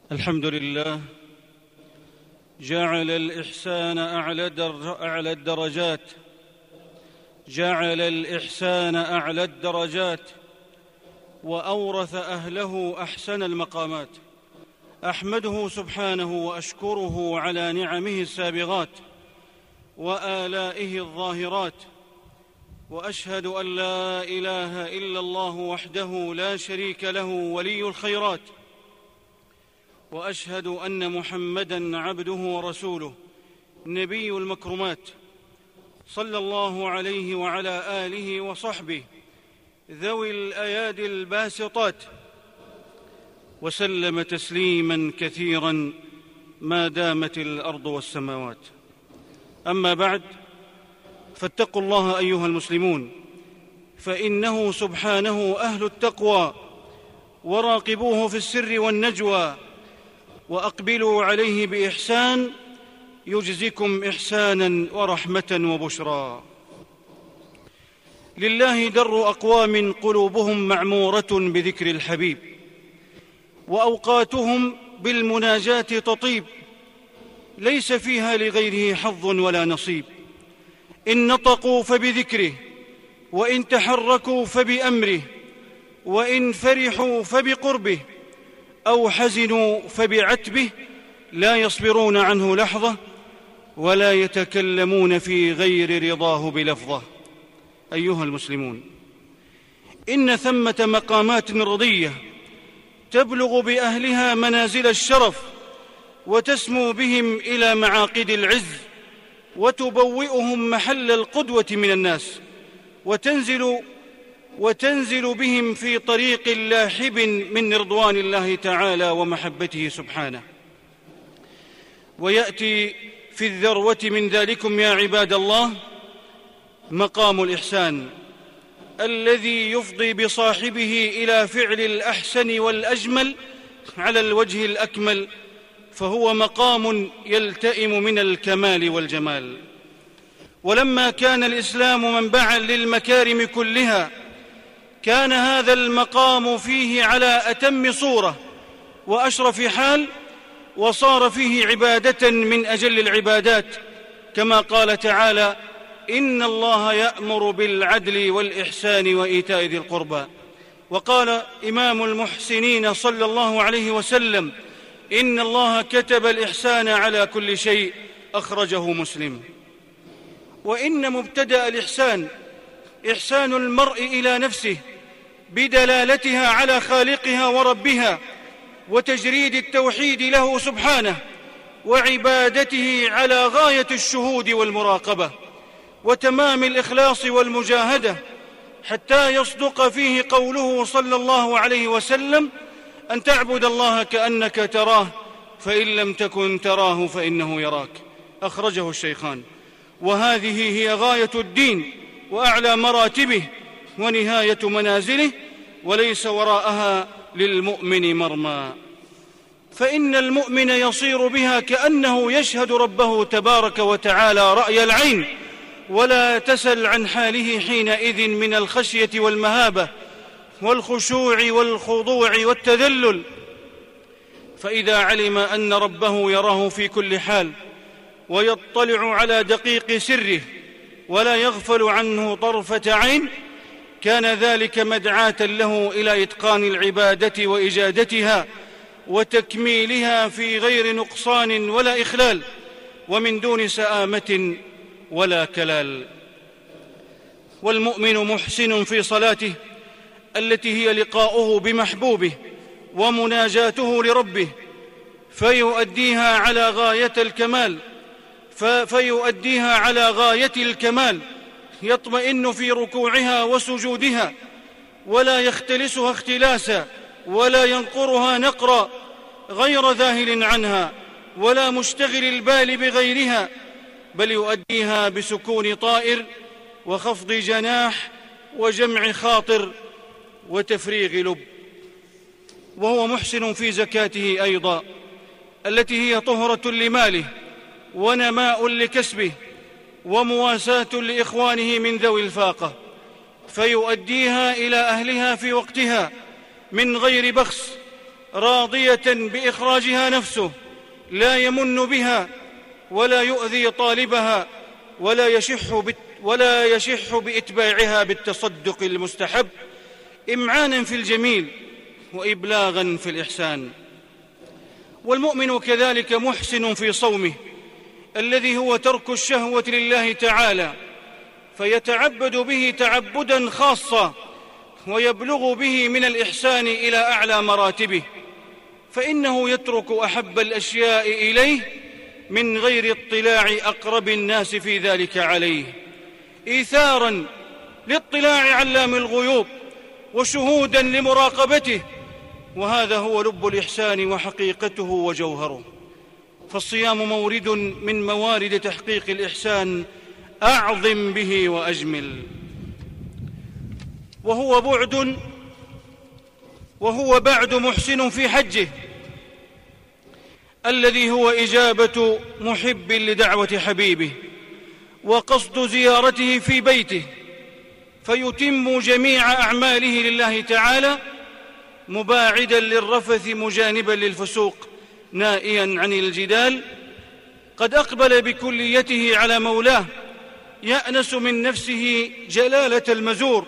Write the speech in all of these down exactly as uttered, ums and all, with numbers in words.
الحمد لله جعل الإحسان أعلى, در أعلى الدرجات جعل الإحسان أعلى الدرجات وأورث أهله أحسن المقامات. أحمده سبحانه وأشكره على نعمه السابغات وآلائه الظاهرات، وأشهد أن لا إله إلا الله وحده لا شريك له ولي الخيرات، وأشهد أن محمدًا عبده ورسوله نبي المكرمات، صلى الله عليه وعلى آله وصحبه ذوي الأيادي الباسطات، وسلم تسليماً كثيراً ما دامت الأرض والسماوات. أما بعد، فاتقوا الله أيها المسلمون، فإنه سبحانه أهل التقوى، وراقبوه في السر والنجوى، وأقبلوا عليه بإحسان يجزكم إحساناً ورحمة وبشرى. لله در أقوام قلوبهم معمورة بذكر الحبيب، وأوقاتهم بالمناجاة تطيب، ليس فيها لغيره حظ ولا نصيب. إن نطقوا فبذكره، وإن تحركوا فبأمره، وإن فرحوا فبقربه، أو حزنوا فبعتبه، لا يصبرون عنه لحظة، ولا يتكلمون في غير رضاه بلفظة. أيها المسلمون، إن ثمة مقامات رضية تبلغ بأهلها منازل الشرف، وتسمو بهم إلى معاقد العز، وتبوئهم محل القدوة من الناس، وتنزل وتنزل بهم في طريق لاحب من رضوان الله تعالى ومحبته سبحانه. ويأتي في الذروة من ذلكم يا عباد الله مقام الإحسان، الذي يفضي بصاحبه إلى فعل الأحسن والأجمل على الوجه الأكمل، فهو مقام يلتئم من الكمال والجمال. ولما كان الإسلام منبعاً للمكارم كلها، كان هذا المقام فيه على أتم صورة وأشرف حال، وصار فيه عبادة من أجل العبادات، كما قال تعالى: إن الله يأمر بالعدل والإحسان وإيتاء ذي القربى. وقال إمام المحسنين صلى الله عليه وسلم: إن الله كتب الإحسان على كل شيء، أخرجه مسلم. وإن مبتدأ الإحسان إحسان المرء إلى نفسه بدلالتها على خالقها وربها، وتجريد التوحيد له سبحانه، وعبادته على غاية الشهود والمراقبة، وتمام الإخلاص والمجاهدة، حتى يصدق فيه قوله صلى الله عليه وسلم: أن تعبد الله كأنك تراه، فإن لم تكن تراه فإنه يراك، أخرجه الشيخان. وهذه هي غاية الدين وأعلى مراتبه ونهاية منازله، وليس وراءها للمؤمن مرمى، فإن المؤمن يصير بها كأنه يشهد ربه تبارك وتعالى رأي العين، ولا تسل عن حاله حينئذ من الخشية والمهابة والخشوع والخضوع والتذلل. فإذا علم أن ربه يراه في كل حال، ويطلع على دقيق سره، ولا يغفل عنه طرفة عين، كان ذلك مدعاة له إلى إتقان العبادة وإجادتها وتكميلها في غير نقصان ولا إخلال، ومن دون سآمة ولا كلال. والمؤمن محسن في صلاته التي هي لقاؤه بمحبوبه ومناجاته لربه، فيؤديها على غاية الكمال فيؤديها على غاية الكمال يطمئن في ركوعها وسجودها، ولا يختلسها اختلاسا، ولا ينقرها نقرا، غير ذاهل عنها ولا مشتغل البال بغيرها، بل يؤديها بسكون طائر وخفض جناح وجمع خاطر وتفريغ لب. وهو محسن في زكاته أيضا، التي هي طهرة لماله ونماء لكسبه ومواساة لإخوانه من ذوي الفاقة، فيؤديها إلى أهلها في وقتها من غير بخس، راضية بإخراجها نفسه، لا يمن بها ولا يؤذي طالبها ولا يشح, بت ولا يشح بإتباعها بالتصدق المستحب، إمعانا في الجميل وإبلاغا في الإحسان. والمؤمن كذلك محسن في صومه الذي هو ترك الشهوة لله تعالى، فيتعبد به تعبدا خاصا ويبلغ به من الإحسان إلى أعلى مراتبه، فإنه يترك أحب الأشياء إليه من غير اطلاع أقرب الناس في ذلك عليه، إيثاراً لاطلاع علام الغيوب وشهوداً لمراقبته، وهذا هو لب الإحسان وحقيقته وجوهره. فالصيام مورد من موارد تحقيق الإحسان، أعظم به وأجمل. وهو بعد وهو بعد محسن في حجه الذي هو إجابة محب لدعوة حبيبه وقصد زيارته في بيته، فيتم جميع أعماله لله تعالى مباعدا للرفث مجانبا للفسوق نائيا عن الجدال، قد أقبل بكليته على مولاه يأنس من نفسه جلالة المزور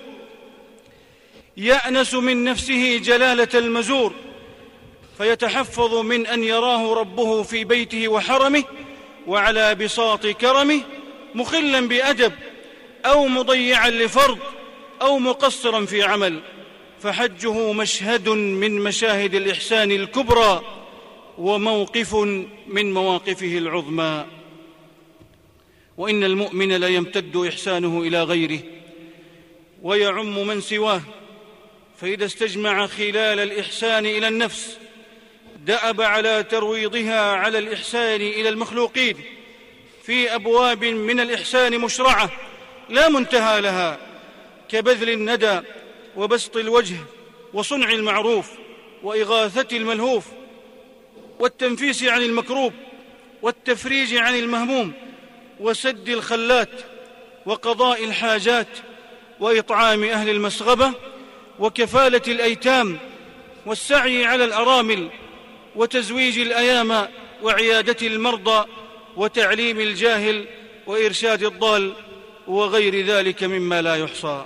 يأنس من نفسه جلالة المزور فيتحفظ من أن يراه ربه في بيته وحرمه وعلى بساط كرمه مخلا بأدب أو مضيعا لفرض أو مقصرا في عمل، فحجه مشهد من مشاهد الإحسان الكبرى وموقف من مواقفه العظمى. وإن المؤمن لا يمتد إحسانه إلى غيره ويعم من سواه، فإذا استجمع خلال الإحسان إلى النفس دأب على ترويضها على الإحسان إلى المخلوقين في أبواب من الإحسان مشرعة لا منتهى لها، كبذل الندى وبسط الوجه وصنع المعروف وإغاثة الملهوف والتنفيس عن المكروب والتفريج عن المهموم وسد الخلات وقضاء الحاجات وإطعام أهل المسغبة وكفالة الأيتام والسعي على الأرامل وتزويج الأيام وعيادة المرضى وتعليم الجاهل وإرشاد الضال وغير ذلك مما لا يحصى.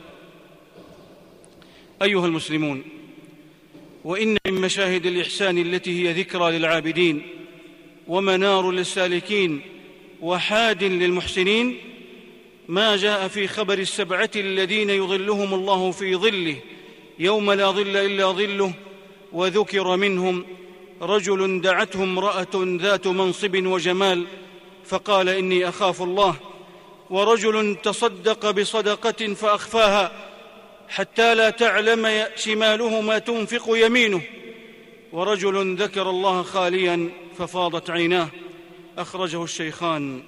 أيها المسلمون، وإن من مشاهد الإحسان التي هي ذكرى للعابدين ومنار للسالكين وحاد للمحسنين ما جاء في خبر السبعة الذين يظلهم الله في ظله يوم لا ظل إلا ظله، وذكر منهم رجل دعته امرأة ذات منصب وجمال فقال إني أخاف الله، ورجل تصدق بصدقة فأخفاها حتى لا تعلم شماله ما تنفق يمينه، ورجل ذكر الله خاليا ففاضت عيناه، أخرجه الشيخان.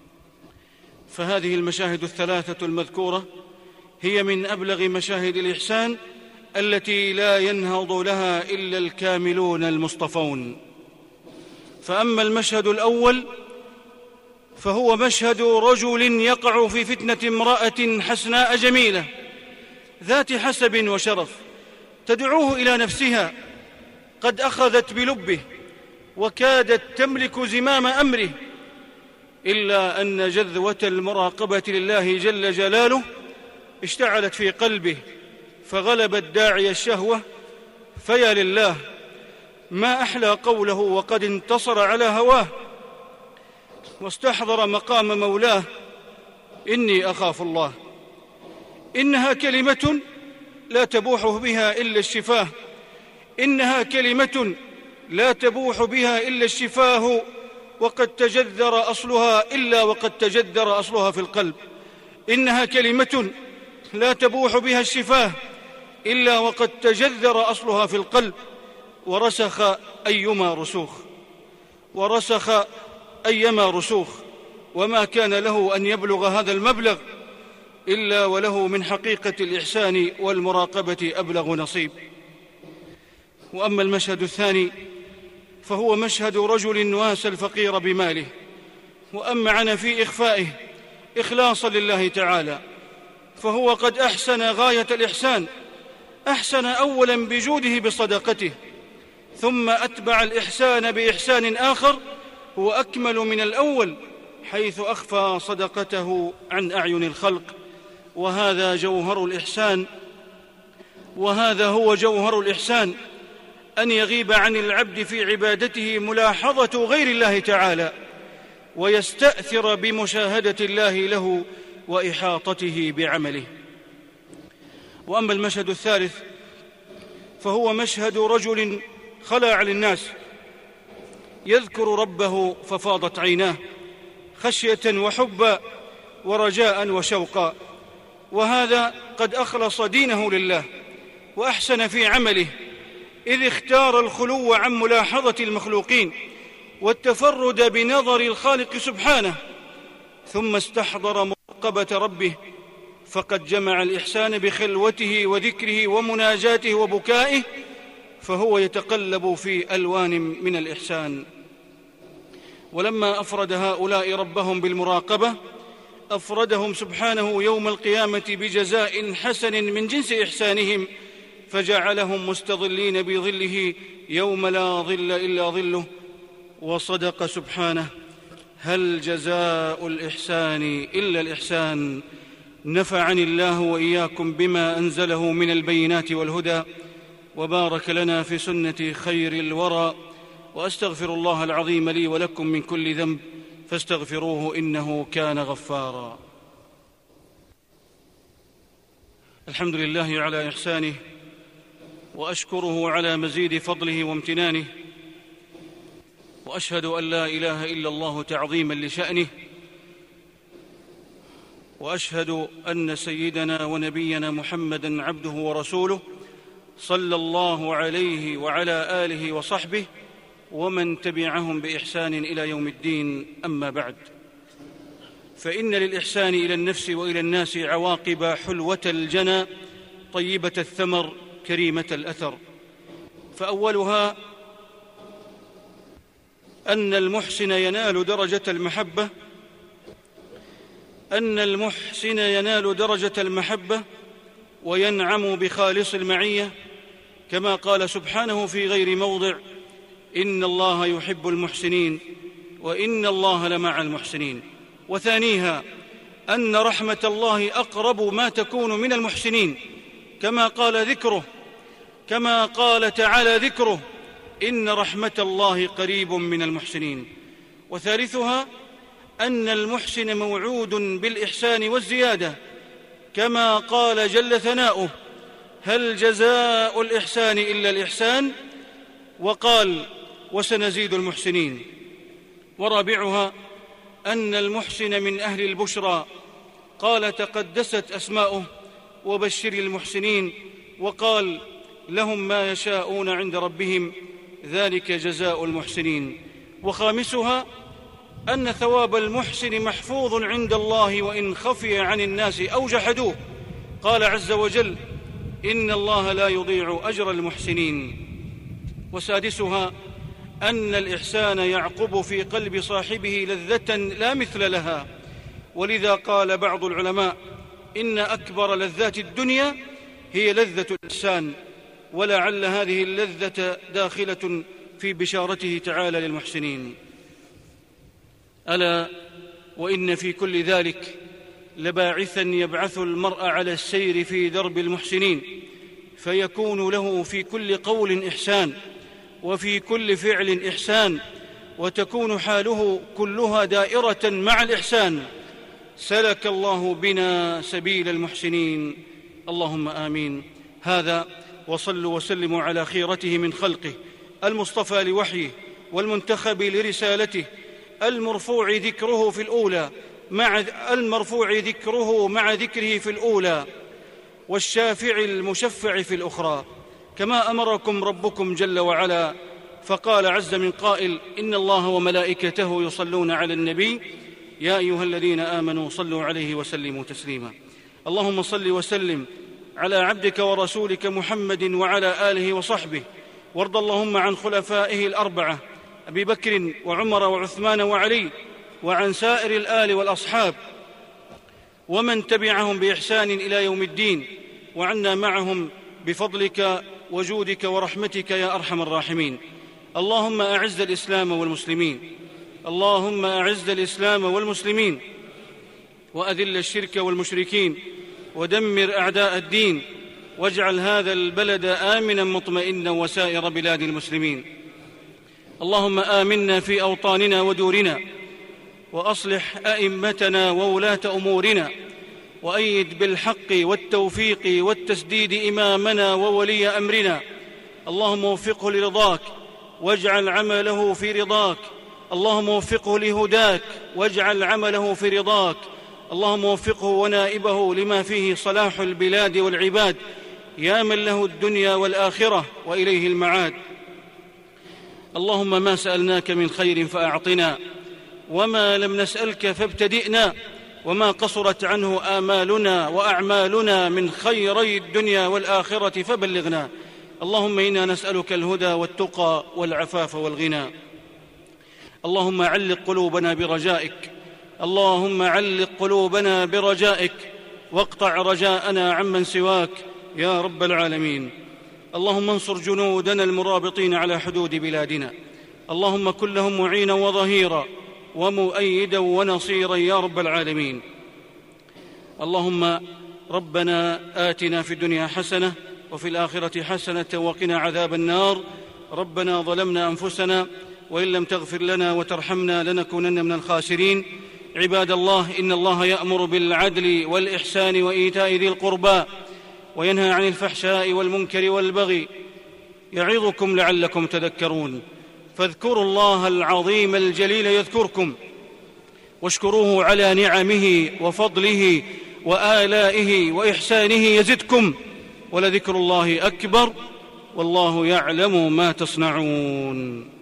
فهذه المشاهد الثلاثة المذكورة هي من أبلغ مشاهد الإحسان التي لا ينهض لها إلا الكاملون المصطفون. فأما المشهد الأول فهو مشهد رجل يقع في فتنة امرأة حسناء جميلة ذات حسب وشرف تدعوه إلى نفسها، قد أخذت بلبه وكادت تملك زمام أمره، إلا أن جذوة المراقبة لله جل جلاله اشتعلت في قلبه فغلبت داعي الشهوة، فيا لله ما أحلى قوله وقد انتصر على هواه واستحضر مقام مولاه إني أخاف الله. إنها كلمة لا تبوح بها إلا الشفاه إنها كلمة لا تبوح بها إلا الشفاه وقد تجذر أصلها إلا وقد تجذر أصلها في القلب. إنها كلمة لا تبوح بها الشفاه إلا وقد تجذر أصلها في القلب، ورسخ أيما رسوخ ورسخ أيما رسوخ وما كان له أن يبلغ هذا المبلغ إلا وله من حقيقة الإحسان والمراقبة أبلغ نصيب. وأما المشهد الثاني فهو مشهد رجل واسى الفقير بماله وأمعن في إخفائه إخلاصا لله تعالى، فهو قد أحسن غاية الإحسان. أحسن أولا بجوده بصدقته، ثم أتبع الإحسان بإحسان آخر هو أكمل من الأول، حيث أخفى صدقته عن أعين الخلق. وهذا جوهر الإحسان، وهذا هو جوهر الإحسان، أن يغيب عن العبد في عبادته ملاحظة غير الله تعالى، ويستأثر بمشاهدة الله له وإحاطته بعمله. وأما المشهد الثالث فهو مشهد رجل خلع عن الناس يذكر ربه ففاضت عيناه خشية وحبا ورجاء وشوقا، وهذا قد أخلص دينه لله وأحسن في عمله، إذ اختار الخلو عن ملاحظة المخلوقين والتفرد بنظر الخالق سبحانه، ثم استحضر مراقبة ربه، فقد جمع الإحسان بخلوته وذكره ومناجاته وبكائه، فهو يتقلب في ألوان من الإحسان. ولما أفرد هؤلاء ربهم بالمراقبة أفردهم سبحانه يوم القيامة بجزاء حسن من جنس إحسانهم، فجعلهم مستظلين بظله يوم لا ظل إلا ظله. وصدق سبحانه: هل جزاء الإحسان إلا الإحسان. نفعني الله وإياكم بما أنزله من البينات والهدى، وبارك لنا في سنة خير الورى، وأستغفر الله العظيم لي ولكم من كل ذنب فاستغفروه إنه كان غفارا. الحمد لله على إحسانه، وأشكره على مزيد فضله وامتنانه، وأشهد أن لا إله إلا الله تعظيما لشأنه، وأشهد أن سيدنا ونبينا محمدًا عبده ورسوله صلى الله عليه وعلى آله وصحبه ومن تبعهم بإحسان إلى يوم الدين. أما بعد، فإن للإحسان إلى النفس وإلى الناس عواقب حلوة الجنى طيبة الثمر كريمة الأثر. فأولها أن المحسن ينال درجة المحبة أن المحسن ينال درجة المحبة وينعم بخالص المعية، كما قال سبحانه في غير موضع: إن الله يحب المحسنين وإن الله لمع المحسنين. وثانيها أن رحمة الله أقرب ما تكون من المحسنين، كما قال ذكره كما قال تعالى ذكره: إن رحمة الله قريب من المحسنين. وثالثها أن المحسن موعود بالإحسان والزيادة، كما قال جل ثناؤه: هل جزاء الإحسان إلا الإحسان، وقال: وسنزيد المحسنين. ورابعها أن المحسن من أهل البشرى، قال: تقدست أسماؤه وبشر المحسنين، وقال: لهم ما يشاءون عند ربهم ذلك جزاء المحسنين. وخامسها أن ثواب المحسن محفوظ عند الله وإن خفي عن الناس أو جحدوه، قال عز وجل: إن الله لا يضيع أجر المحسنين. وسادسها أن الإحسان يعقب في قلب صاحبه لذة لا مثل لها، ولذا قال بعض العلماء: إن أكبر لذات الدنيا هي لذة الإحسان، ولعل هذه اللذة داخلة في بشارته تعالى للمحسنين. ألا وإن في كل ذلك لباعثا يبعث المرء على السير في درب المحسنين، فيكون له في كل قول إحسان وفي كل فعل إحسان، وتكون حاله كلها دائرة مع الإحسان. سلك الله بنا سبيل المحسنين، اللهم آمين. هذا وصلوا وسلموا على خيرته من خلقه، المصطفى لوحيه والمنتخب لرسالته، المرفوع ذكره في الأولى مع المرفوع ذكره مع ذكره في الأولى، والشافع المشفع في الأخرى، كما أمركم ربكم جل وعلا، فقال عز من قائل: إن الله وملائكته يصلون على النبي يا أيها الذين آمنوا صلوا عليه وسلموا تسليما. اللهم صل وسلم على عبدك ورسولك محمد وعلى آله وصحبه، وارض اللهم عن خلفائه الأربعة أبي بكر وعمر وعثمان وعلي، وعن سائر الآل والأصحاب ومن تبعهم بإحسان إلى يوم الدين، وعنا معهم بفضلك وجودك ورحمتك يا أرحم الراحمين. اللهم أعز الإسلام والمسلمين، اللهم أعز الإسلام والمسلمين، وأذل الشرك والمشركين، ودمر أعداء الدين، واجعل هذا البلد آمنا مطمئنا وسائر بلاد المسلمين. اللهم آمنا في أوطاننا ودورنا، وأصلح أئمتنا وولاة أمورنا، وأيد بالحق والتوفيق والتسديد إمامنا وولي أمرنا. اللهم وفقه لرضاك واجعل عمله في رضاك، اللهم وفقه لهداك واجعل عمله في رضاك، اللهم وفقه ونائبه لما فيه صلاح البلاد والعباد، يا من له الدنيا والآخرة وإليه المعاد. اللهم ما سألناك من خير فأعطنا، وما لم نسألك فابتدئنا، وما قصرت عنه آمالنا وأعمالنا من خيري الدنيا والآخرة فبلغنا. اللهم إنا نسألك الهدى والتقى والعفاف والغنى. اللهم علق قلوبنا برجائك، اللهم علق قلوبنا برجائك، واقطع رجاءنا عمن سواك يا رب العالمين. اللهم انصر جنودنا المرابطين على حدود بلادنا، اللهم كن لهم معينا وظهيرا ومؤيدا ونصيرا يا رب العالمين. اللهم ربنا آتنا في الدنيا حسنة وفي الآخرة حسنة وقنا عذاب النار. ربنا ظلمنا أنفسنا وإن لم تغفر لنا وترحمنا لنكونن من الخاسرين. عباد الله، إن الله يأمر بالعدل والإحسان وإيتاء ذي القربى وينهى عن الفحشاء والمنكر والبغي، يعظكم لعلكم تذكرون. فاذكروا الله العظيم الجليل يذكركم، واشكروه على نعمه وفضله وآلائه وإحسانه يزدكم، ولذكر الله أكبر، والله يعلم ما تصنعون.